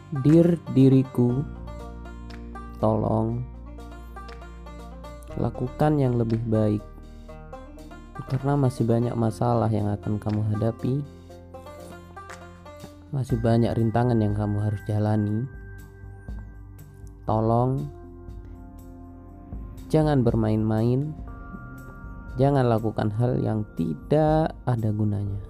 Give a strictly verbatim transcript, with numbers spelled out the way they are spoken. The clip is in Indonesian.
Dear diriku, tolong lakukan yang lebih baik, karena masih banyak masalah yang akan kamu hadapi, masih banyak rintangan yang kamu harus jalani. Tolong jangan bermain-main, jangan lakukan hal yang tidak ada gunanya.